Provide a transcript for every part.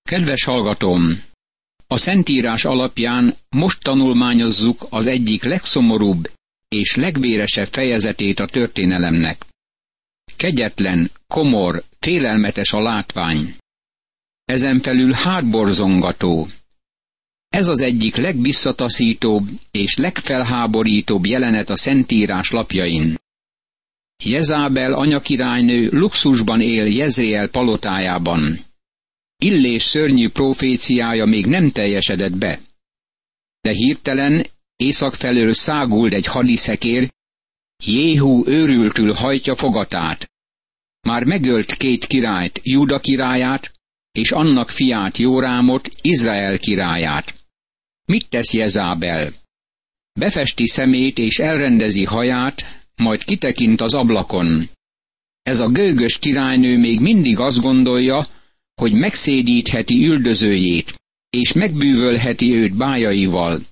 Kedves hallgatóm! A Szentírás alapján most tanulmányozzuk az egyik legszomorúbb és legvéresebb fejezetét a történelemnek. Kegyetlen, komor, félelmetes a látvány. Ezen felül hátborzongató. Ez az egyik legvisszataszítóbb és legfelháborítóbb jelenet a Szentírás lapjain. Jezábel anyakirálynő luxusban él Jezreel palotájában. Illés szörnyű proféciája még nem teljesedett be. De hirtelen észak felől száguld egy hadiszekér, Jéhú őrültül hajtja fogatát. Már megölt 2 királyt, Júda királyát, és annak fiát Jórámot, Izrael királyát. Mit tesz Jezábel? Befesti szemét és elrendezi haját, majd kitekint az ablakon. Ez a gőgös királynő még mindig azt gondolja, hogy megszédítheti üldözőjét, és megbűvölheti őt bájaival.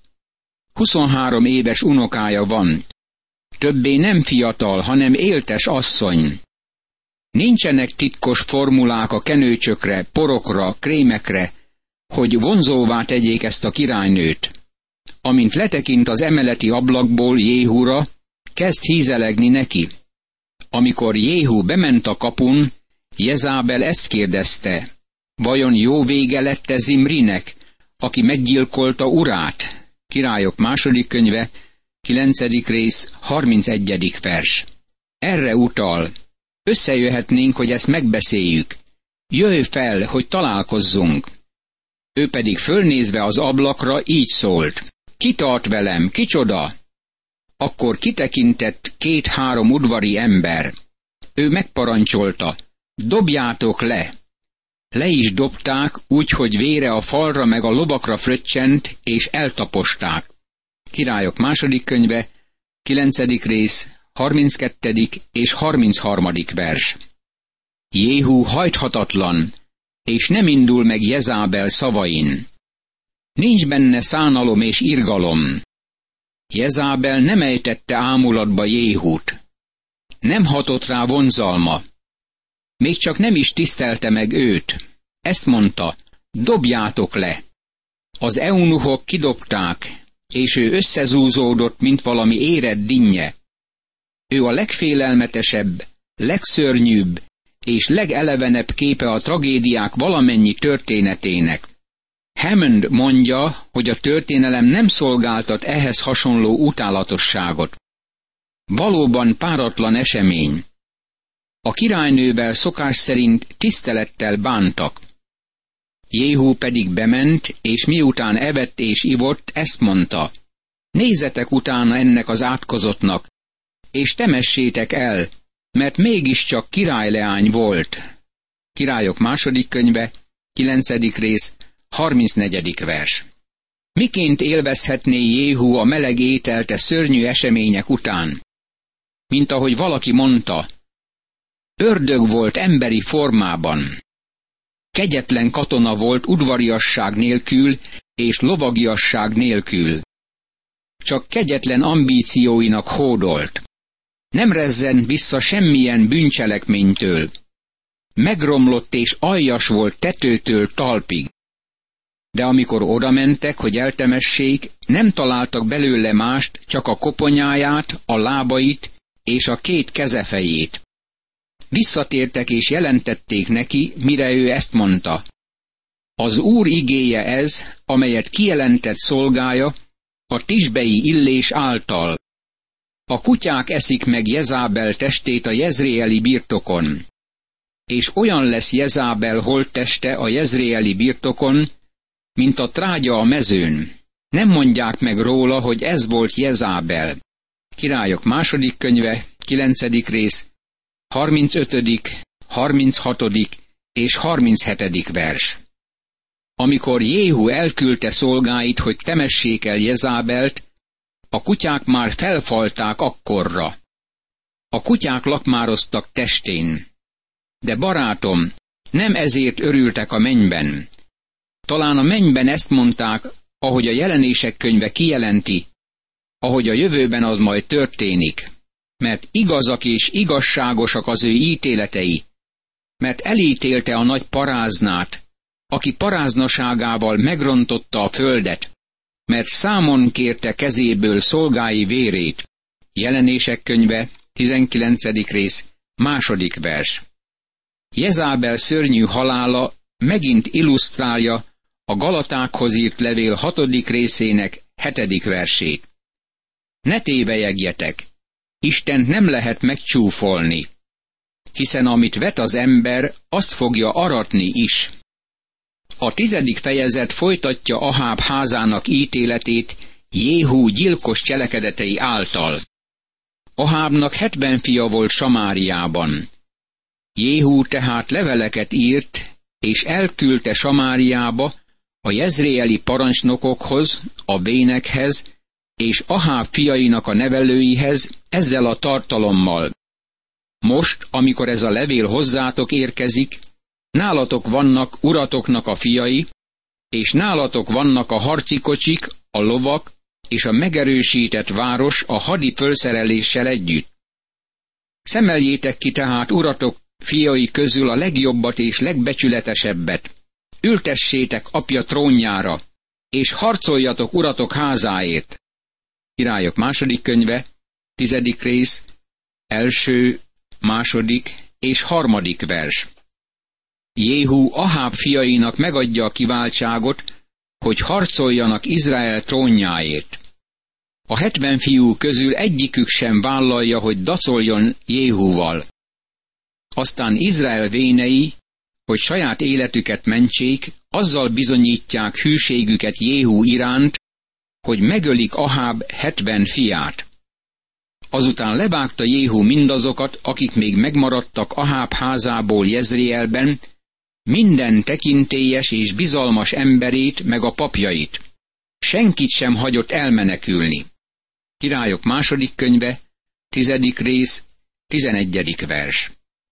23 éves unokája van. Többé nem fiatal, hanem éltes asszony. Nincsenek titkos formulák a kenőcsökre, porokra, krémekre, hogy vonzóvá tegyék ezt a királynőt. Amint letekint az emeleti ablakból Jéhúra, kezd hízelegni neki. Amikor Jéhú bement a kapun, Jezábel ezt kérdezte: vajon jó vége lett-e Zimrinek, aki meggyilkolta urát? Királyok második könyve, 9. rész, 31. vers. Erre utal. Összejöhetnénk, hogy ezt megbeszéljük. Jöjj fel, hogy találkozzunk. Ő pedig fölnézve az ablakra így szólt: ki tart velem, kicsoda? Akkor kitekintett 2-3 udvari ember. Ő megparancsolta: dobjátok le! Le is dobták, úgy, hogy vére a falra meg a lovakra fröccsent, és eltaposták. Királyok második könyve, 9. rész, 32. és 33. vers. Jéhú hajthatatlan, és nem indul meg Jezábel szavain. Nincs benne szánalom és irgalom. Jezábel nem ejtette ámulatba Jéhút. Nem hatott rá vonzalma. Még csak nem is tisztelte meg őt. Ezt mondta: dobjátok le. Az eunuchok kidobták, és ő összezúzódott, mint valami érett dinnye. Ő a legfélelmetesebb, legszörnyűbb és legelevenebb képe a tragédiák valamennyi történetének. Hammond mondja, hogy a történelem nem szolgáltat ehhez hasonló utálatosságot. Valóban páratlan esemény. A királynővel szokás szerint tisztelettel bántak. Jéhú pedig bement, és miután evett és ivott, ezt mondta: nézzetek utána ennek az átkozottnak, és temessétek el, mert mégiscsak királyleány volt. Királyok második könyve, 9. rész, 34. vers. Miként élvezhetné Jéhú a meleg ételt a szörnyű események után? Mint ahogy valaki mondta: ördög volt emberi formában. Kegyetlen katona volt udvariasság nélkül és lovagiasság nélkül. Csak kegyetlen ambícióinak hódolt. Nem rezzent vissza semmilyen bűncselekménytől. Megromlott és aljas volt tetőtől talpig. De amikor odamentek, hogy eltemessék, nem találtak belőle mást, csak a koponyáját, a lábait és a 2 kezefejét. Visszatértek és jelentették neki, mire ő ezt mondta: az Úr igéje ez, amelyet kijelentett szolgája a tisbei Illés által. A kutyák eszik meg Jezábel testét a jezreeli birtokon. És olyan lesz Jezábel holtteste a jezreeli birtokon, mint a trágya a mezőn. Nem mondják meg róla, hogy ez volt Jezábel. Királyok második könyve, 9. rész, 35., 36. és 37. vers. Amikor Jéhú elküldte szolgáit, hogy temessék el Jezábelt, a kutyák már felfalták akkorra. A kutyák lakmároztak testén. De barátom, nem ezért örültek a mennyben. Talán a mennyben ezt mondták, ahogy a Jelenések könyve kijelenti, ahogy a jövőben az majd történik. Mert igazak és igazságosak az ő ítéletei, mert elítélte a nagy paráznát, aki paráznaságával megrontotta a földet, mert számon kérte kezéből szolgái vérét. Jelenések könyve, 19. rész, 2. vers. Jezábel szörnyű halála megint illusztrálja a Galatákhoz írt levél 6. részének 7. versét. Ne tévelyegjetek, Istent nem lehet megcsúfolni, hiszen amit vet az ember, azt fogja aratni is. A 10. fejezet folytatja Aháb házának ítéletét Jéhú gyilkos cselekedetei által. Ahábnak 70 fia volt Samáriában. Jéhú tehát leveleket írt, és elküldte Samáriába a jezreeli parancsnokokhoz, a bénekhez, és Aháb fiainak a nevelőihez ezzel a tartalommal. Most, amikor ez a levél hozzátok érkezik, nálatok vannak uratoknak a fiai, és nálatok vannak a harci kocsik, a lovak és a megerősített város a hadi fölszereléssel együtt. Szemeljétek ki tehát uratok fiai közül a legjobbat és legbecsületesebbet. Ültessétek apja trónjára, és harcoljatok uratok házáért. Királyok 2. könyve, 10. rész, 1., 2. és 3. vers. Jéhú Aháb fiainak megadja a kiváltságot, hogy harcoljanak Izrael trónjáért. A 70 fiú közül egyikük sem vállalja, hogy dacoljon Jéhúval. Aztán Izrael vénei, hogy saját életüket mentsék, azzal bizonyítják hűségüket Jéhú iránt, hogy megölik Aháb 70 fiát. Azután levágta Jéhú mindazokat, akik még megmaradtak Aháb házából Jezreelben, minden tekintélyes és bizalmas emberét meg a papjait. Senkit sem hagyott elmenekülni. Királyok 2. könyve, 10. rész, 11. vers.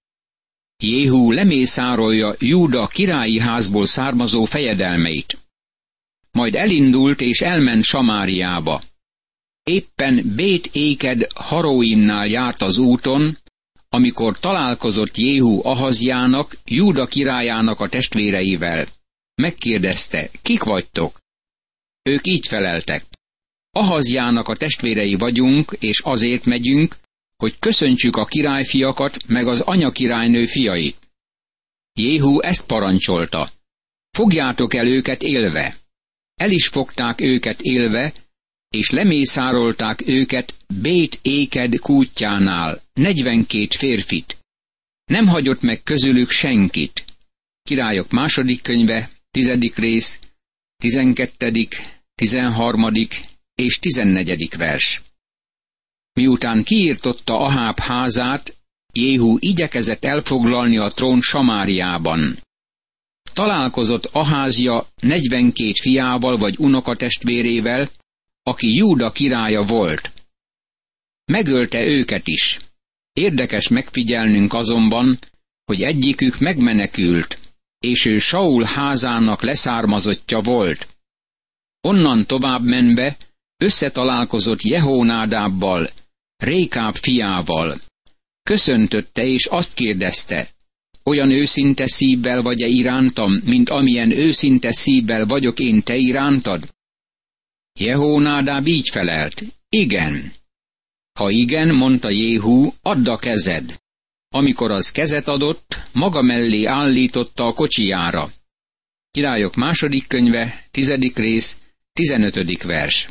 Jéhú lemészárolja Júda királyi házból származó fejedelmeit. Majd elindult és elment Samáriába. Éppen Bét-Éked Haróimnál járt az úton, amikor találkozott Jéhú Ahazjának, Júda királyának a testvéreivel. Megkérdezte, kik vagytok? Ők így feleltek. Ahazjának a testvérei vagyunk, és azért megyünk, hogy köszöntsük a királyfiakat, meg az anyakirálynő fiait. Jéhú ezt parancsolta. Fogjátok el őket élve. El is fogták őket élve, és lemészárolták őket Bét-Éked kútjánál, 42 férfit. Nem hagyott meg közülük senkit. Királyok 2. könyve, 10. rész, 12., 13. és 14. vers. Miután kiirtotta Aháb házát, Jéhú igyekezett elfoglalni a trón Samáriában. Találkozott Aházja 42 fiával vagy unokatestvérével, aki Júda királya volt. Megölte őket is. Érdekes megfigyelnünk azonban, hogy egyikük megmenekült, és ő Saul házának leszármazottja volt. Onnan tovább menve összetalálkozott Jehónádábbal, Rékáb fiával. Köszöntötte és azt kérdezte, olyan őszinte szívvel vagy-e irántam, mint amilyen őszinte szívvel vagyok én te irántad? Jehónádáb így felelt, igen. Ha igen, mondta Jéhú, add a kezed. Amikor az kezet adott, maga mellé állította a kocsijára. Királyok 2. könyve, 10. rész, 15. vers.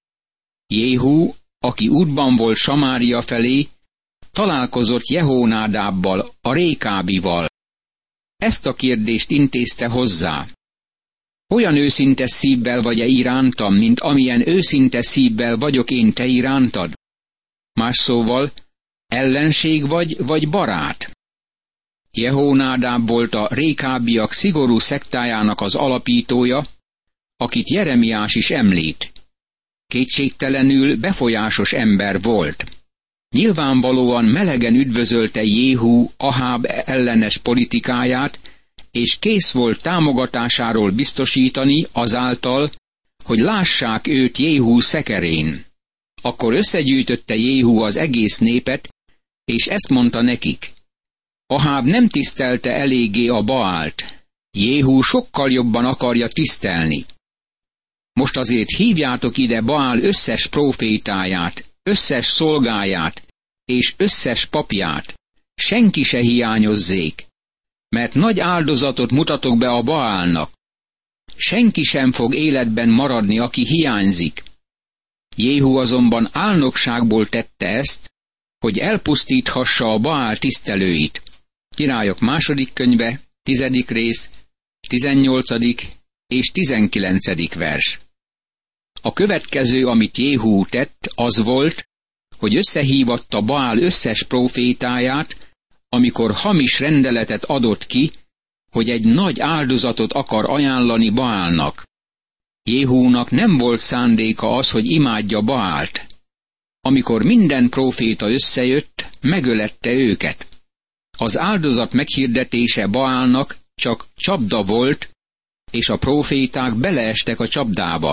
Jéhú, aki útban volt Samária felé, találkozott Jehónádábbal, a Rékábival. Ezt a kérdést intézte hozzá. Olyan őszinte szívvel vagy-e irántam, mint amilyen őszinte szívvel vagyok én te irántad? Más szóval, ellenség vagy barát? Jehónádáb volt a Rékábiak szigorú szektájának az alapítója, akit Jeremiás is említ. Kétségtelenül befolyásos ember volt. Nyilvánvalóan melegen üdvözölte Jéhú Aháb ellenes politikáját, és kész volt támogatásáról biztosítani azáltal, hogy lássák őt Jéhú szekerén. Akkor összegyűjtötte Jéhú az egész népet, és ezt mondta nekik. Aháb nem tisztelte eléggé a Baált, Jéhú sokkal jobban akarja tisztelni. Most azért hívjátok ide Baál összes prófétáját, összes szolgáját és összes papját, senki se hiányozzék, mert nagy áldozatot mutatok be a Baálnak. Senki sem fog életben maradni, aki hiányzik. Jéhú azonban álnokságból tette ezt, hogy elpusztíthassa a Baál tisztelőit. Királyok második könyve, 10. rész, 18. és 19. vers. A következő, amit Jéhú tett, az volt, hogy összehívatta Baál összes prófétáját, amikor hamis rendeletet adott ki, hogy egy nagy áldozatot akar ajánlani Baálnak. Jéhúnak nem volt szándéka az, hogy imádja Baált. Amikor minden próféta összejött, megölette őket. Az áldozat meghirdetése Baálnak csak csapda volt, és a próféták beleestek a csapdába.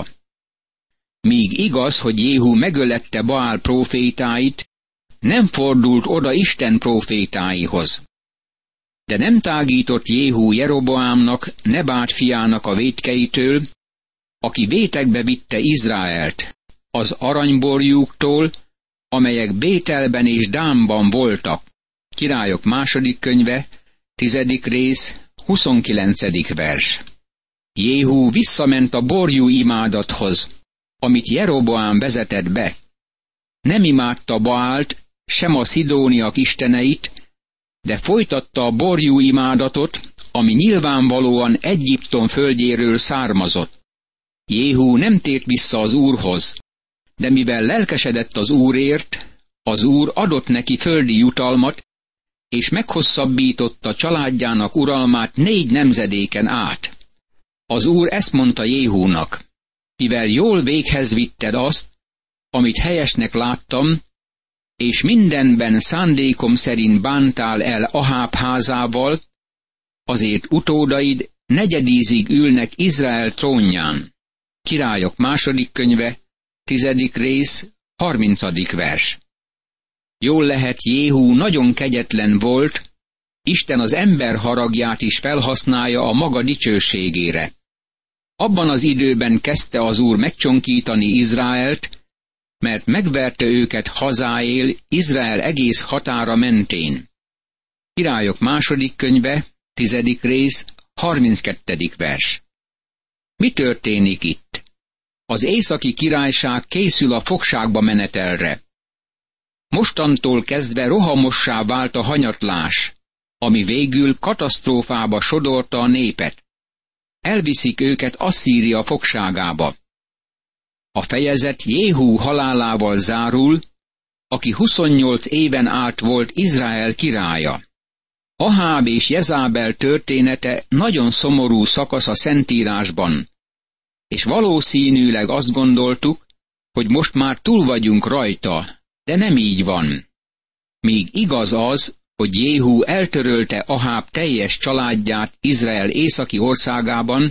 Míg igaz, hogy Jéhú megölette Baál prófétáit, nem fordult oda Isten prófétáihoz. De nem tágított Jéhú Jeroboámnak, Nebát fiának a vétkeitől, aki vétekbe vitte Izraelt, az aranyborjúktól, amelyek Bételben és Dánban voltak. Királyok második könyve, 10. rész, 29. vers. Jéhú visszament a borjú imádathoz, amit Jeroboám vezetett be. Nem imádta Baált, sem a szidóniak isteneit, de folytatta a borjú imádatot, ami nyilvánvalóan Egyiptom földjéről származott. Jéhú nem tért vissza az Úrhoz, de mivel lelkesedett az Úrért, az Úr adott neki földi jutalmat, és meghosszabbította családjának uralmát 4 nemzedéken át. Az Úr ezt mondta Jéhúnak: mivel jól véghez vitted azt, amit helyesnek láttam, és mindenben szándékom szerint bántál el Aháb házával, azért utódaid negyedízig ülnek Izrael trónján. Királyok második könyve, 10. rész, 30. vers. Jól lehet, Jéhú nagyon kegyetlen volt, Isten az ember haragját is felhasználja a maga dicsőségére. Abban az időben kezdte az Úr megcsonkítani Izraelt, mert megverte őket hazáél Izrael egész határa mentén. Királyok második könyve, 10. rész, 32. vers. Mi történik itt? Az északi királyság készül a fogságba menetelre. Mostantól kezdve rohamossá vált a hanyatlás, ami végül katasztrófába sodorta a népet. Elviszik őket Asszíria fogságába. A fejezet Jéhú halálával zárul, aki 28 éven át volt Izrael királya. Aháb és Jezábel története nagyon szomorú szakasz a Szentírásban, és valószínűleg azt gondoltuk, hogy most már túl vagyunk rajta, de nem így van. Míg igaz az, hogy Jéhú eltörölte Aháb teljes családját Izrael északi országában,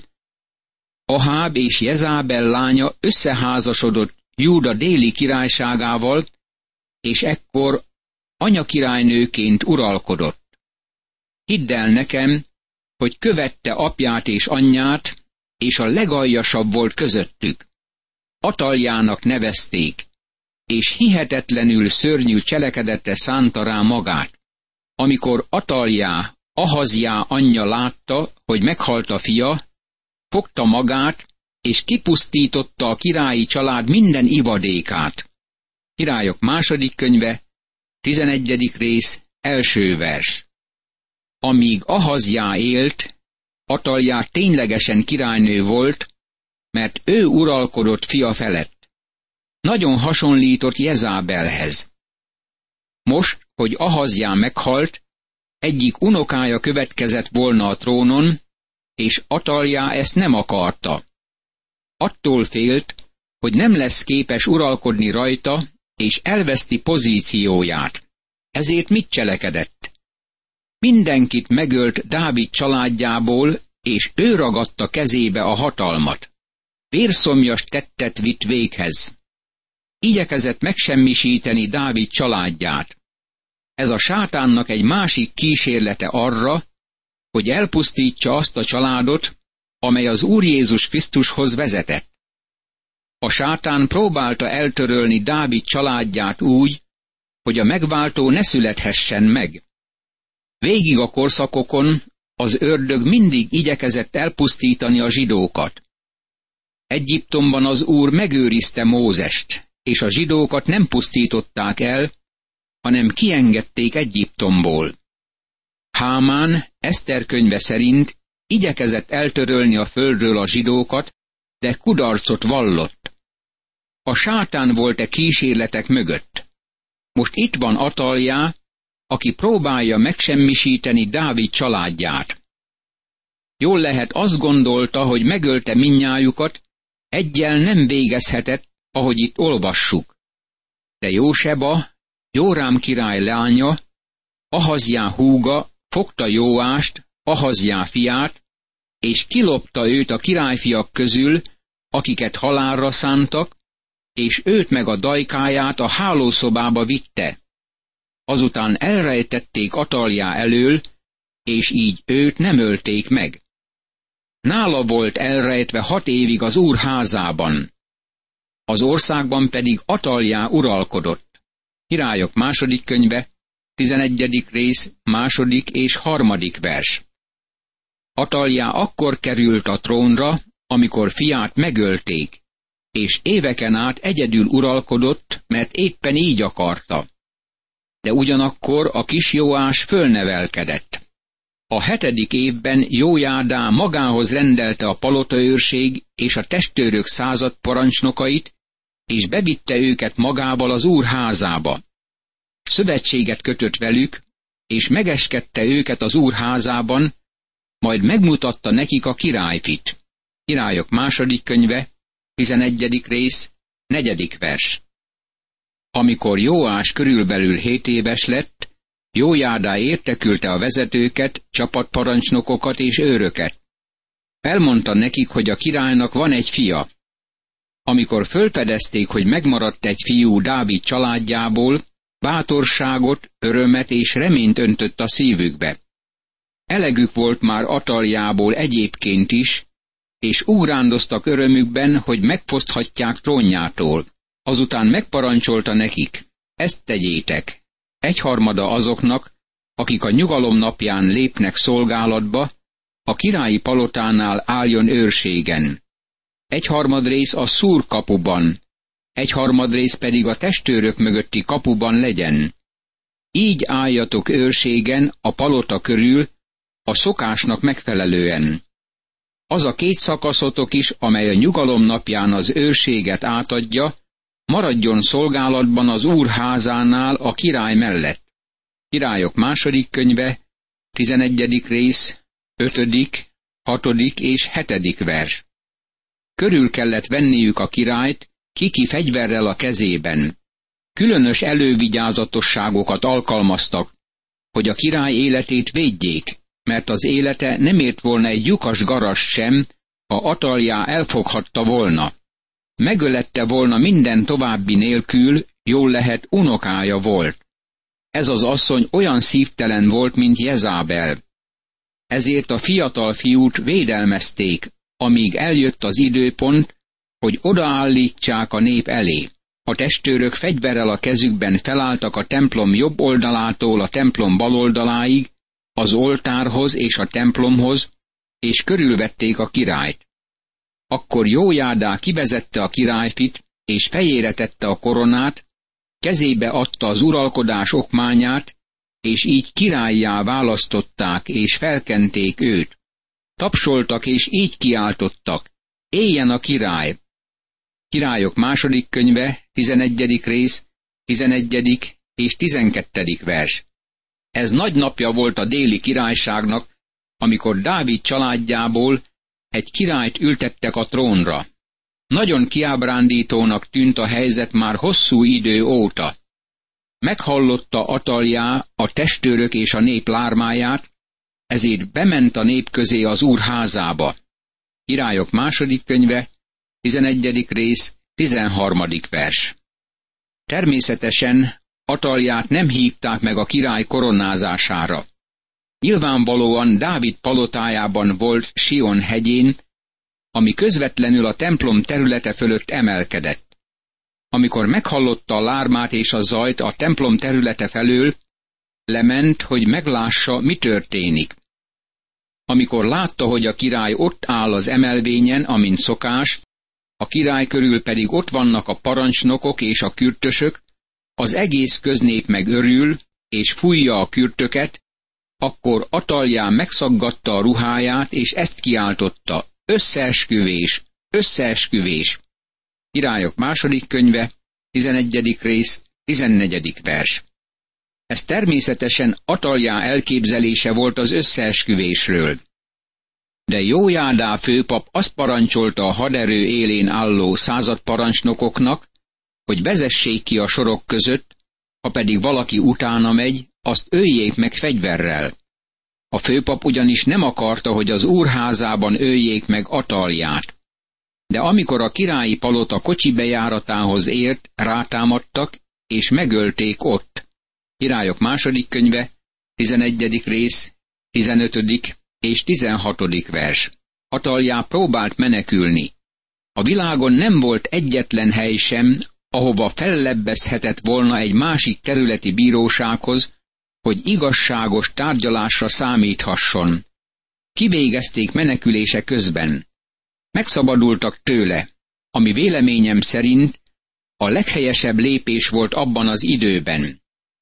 Aháb és Jezábel lánya összeházasodott Júda déli királyságával, és ekkor anyakirálynőként uralkodott. Hidd el nekem, hogy követte apját és anyját, és a legaljasabb volt közöttük. Ataljának nevezték, és hihetetlenül szörnyű cselekedetre szánta rá magát. Amikor Ataljá, Ahazjá anyja látta, hogy meghalt a fia, fogta magát, és kipusztította a királyi család minden ivadékát. Királyok második könyve, 11. rész, 1. vers. Amíg Ahazjá élt, Ataljá ténylegesen királynő volt, mert ő uralkodott fia felett. Nagyon hasonlított Jezábelhez. Most, hogy Ahazjá meghalt, egyik unokája következett volna a trónon, és Ataljá ezt nem akarta. Attól félt, hogy nem lesz képes uralkodni rajta, és elveszti pozícióját. Ezért mit cselekedett? Mindenkit megölt Dávid családjából, és ő ragadta kezébe a hatalmat. Vérszomjas tettet vitt véghez. Igyekezett megsemmisíteni Dávid családját. Ez a sátánnak egy másik kísérlete arra, hogy elpusztítsa azt a családot, amely az Úr Jézus Krisztushoz vezetett. A sátán próbálta eltörölni Dávid családját úgy, hogy a megváltó ne születhessen meg. Végig a korszakokon az ördög mindig igyekezett elpusztítani a zsidókat. Egyiptomban az Úr megőrizte Mózest, és a zsidókat nem pusztították el, hanem kiengedték Egyiptomból. Hámán, Eszter könyve szerint igyekezett eltörölni a földről a zsidókat, de kudarcot vallott. A sátán volt e kísérletek mögött. Most itt van Ataljá, aki próbálja megsemmisíteni Dávid családját. Jól lehet, azt gondolta, hogy megölte mindnyájukat, eggyel nem végezhetett, ahogy itt olvassuk. De Jóseba, Jórám király leánya, Ahazjá húga fogta Jóást, Ahazjá fiát, és kilopta őt a királyfiak közül, akiket halálra szántak, és őt meg a dajkáját a hálószobába vitte. Azután elrejtették Ataljá elől, és így őt nem ölték meg. Nála volt elrejtve 6 évig az Úr házában. Az országban pedig Ataljá uralkodott. Királyok második könyve, 11. rész, 2. és 3. vers. Ataljá akkor került a trónra, amikor fiát megölték, és éveken át egyedül uralkodott, mert éppen így akarta. De ugyanakkor a kis Jóás fölnevelkedett. A 7. évben Jójádá magához rendelte a palotaőrség és a testőrök századparancsnokait, és bevitte őket magával az Úr házába. Szövetséget kötött velük, és megeskedte őket az Úr házában, majd megmutatta nekik a királyfit. Királyok második könyve, 11. rész, 4. vers. Amikor Jóás körülbelül 7 éves lett, Jójádá értekülte a vezetőket, csapatparancsnokokat és őröket. Elmondta nekik, hogy a királynak van egy fia. Amikor fölfedezték, hogy megmaradt egy fiú Dávid családjából, bátorságot, örömet és reményt öntött a szívükbe. Elegük volt már Ataljából egyébként is, és ugrándoztak örömükben, hogy megfoszthatják trónjától. Azután megparancsolta nekik, ezt tegyétek, 1/3 azoknak, akik a nyugalom napján lépnek szolgálatba, a királyi palotánál álljon őrségen. 1/3 rész a szúrkapuban, 1/3 rész pedig a testőrök mögötti kapuban legyen. Így álljatok őrségen a palota körül, a szokásnak megfelelően. Az a 2 szakaszotok is, amely a nyugalom napján az őrséget átadja, maradjon szolgálatban az Úr házánál a király mellett. Királyok második könyve, 11. rész, 5., 6. és 7. vers. Körül kellett venniük a királyt, kiki fegyverrel a kezében. Különös elővigyázatosságokat alkalmaztak, hogy a király életét védjék, mert az élete nem ért volna egy lyukas garast sem, ha Ataljá elfoghatta volna. Megölette volna minden további nélkül, jól lehet unokája volt. Ez az asszony olyan szívtelen volt, mint Jezábel. Ezért a fiatal fiút védelmezték, amíg eljött az időpont, hogy odaállítsák a nép elé. A testőrök fegyverrel a kezükben felálltak a templom jobb oldalától a templom bal oldaláig, az oltárhoz és a templomhoz, és körülvették a királyt. Akkor Jójádá kivezette a királyfit, és fejére tette a koronát, kezébe adta az uralkodás okmányát, és így királlyá választották, és felkenték őt. Tapsoltak, és így kiáltottak, éljen a király! Királyok második könyve, 11. rész, 11. és 12. vers. Ez nagy napja volt a déli királyságnak, amikor Dávid családjából egy királyt ültettek a trónra. Nagyon kiábrándítónak tűnt a helyzet már hosszú idő óta. Meghallotta Ataljá a testőrök és a nép lármáját, ezért bement a nép közé az Úr házába. Királyok második könyve, 11. rész, 13. vers. Természetesen Atalját nem hívták meg a király koronázására. Nyilvánvalóan Dávid palotájában volt Sion hegyén, ami közvetlenül a templom területe fölött emelkedett. Amikor meghallotta a lármát és a zajt a templom területe felől, lement, hogy meglássa, mi történik. Amikor látta, hogy a király ott áll az emelvényen, amint szokás, a király körül pedig ott vannak a parancsnokok és a kürtösök, az egész köznép meg örül, és fújja a kürtöket, akkor Ataljá megszaggatta a ruháját, és ezt kiáltotta: összeesküvés, összeesküvés. Királyok második könyve, 11. rész, 14. vers. Ez természetesen Ataljá elképzelése volt az összeesküvésről. De Jójádá főpap azt parancsolta a haderő élén álló századparancsnokoknak, hogy vezessék ki a sorok között, ha pedig valaki utána megy, azt öljék meg fegyverrel. A főpap ugyanis nem akarta, hogy az úrházában öljék meg Atalját. De amikor a királyi palota kocsi bejáratához ért, rátámadtak, és megölték ott. Királyok második könyve, 11. rész, 15. és 16. vers. Ataljá próbált menekülni. A világon nem volt egyetlen hely sem, ahova fellebbezhetett volna egy másik területi bírósághoz, hogy igazságos tárgyalásra számíthasson. Kivégezték menekülése közben. Megszabadultak tőle, ami véleményem szerint a leghelyesebb lépés volt abban az időben.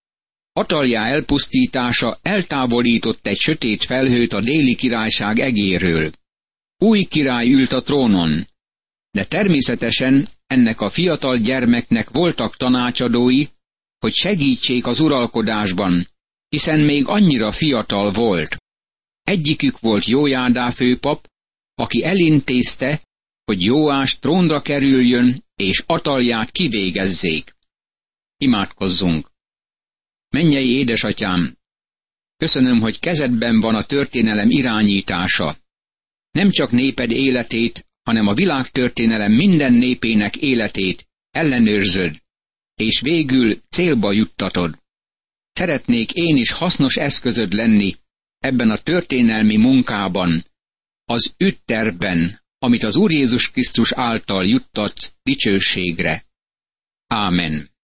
Ataljá elpusztítása eltávolított egy sötét felhőt a déli királyság egéről. Új király ült a trónon, de természetesen ennek a fiatal gyermeknek voltak tanácsadói, hogy segítsék az uralkodásban, hiszen még annyira fiatal volt. Egyikük volt Jójádá főpap, aki elintézte, hogy Jóás trónra kerüljön, és Atalját kivégezzék. Imádkozzunk! Mennyei édesatyám, köszönöm, hogy kezedben van a történelem irányítása. Nem csak néped életét, hanem a világtörténelem minden népének életét ellenőrzöd, és végül célba juttatod. Szeretnék én is hasznos eszközöd lenni ebben a történelmi munkában, az ügytervben, amit az Úr Jézus Krisztus által juttatsz dicsőségre. Ámen.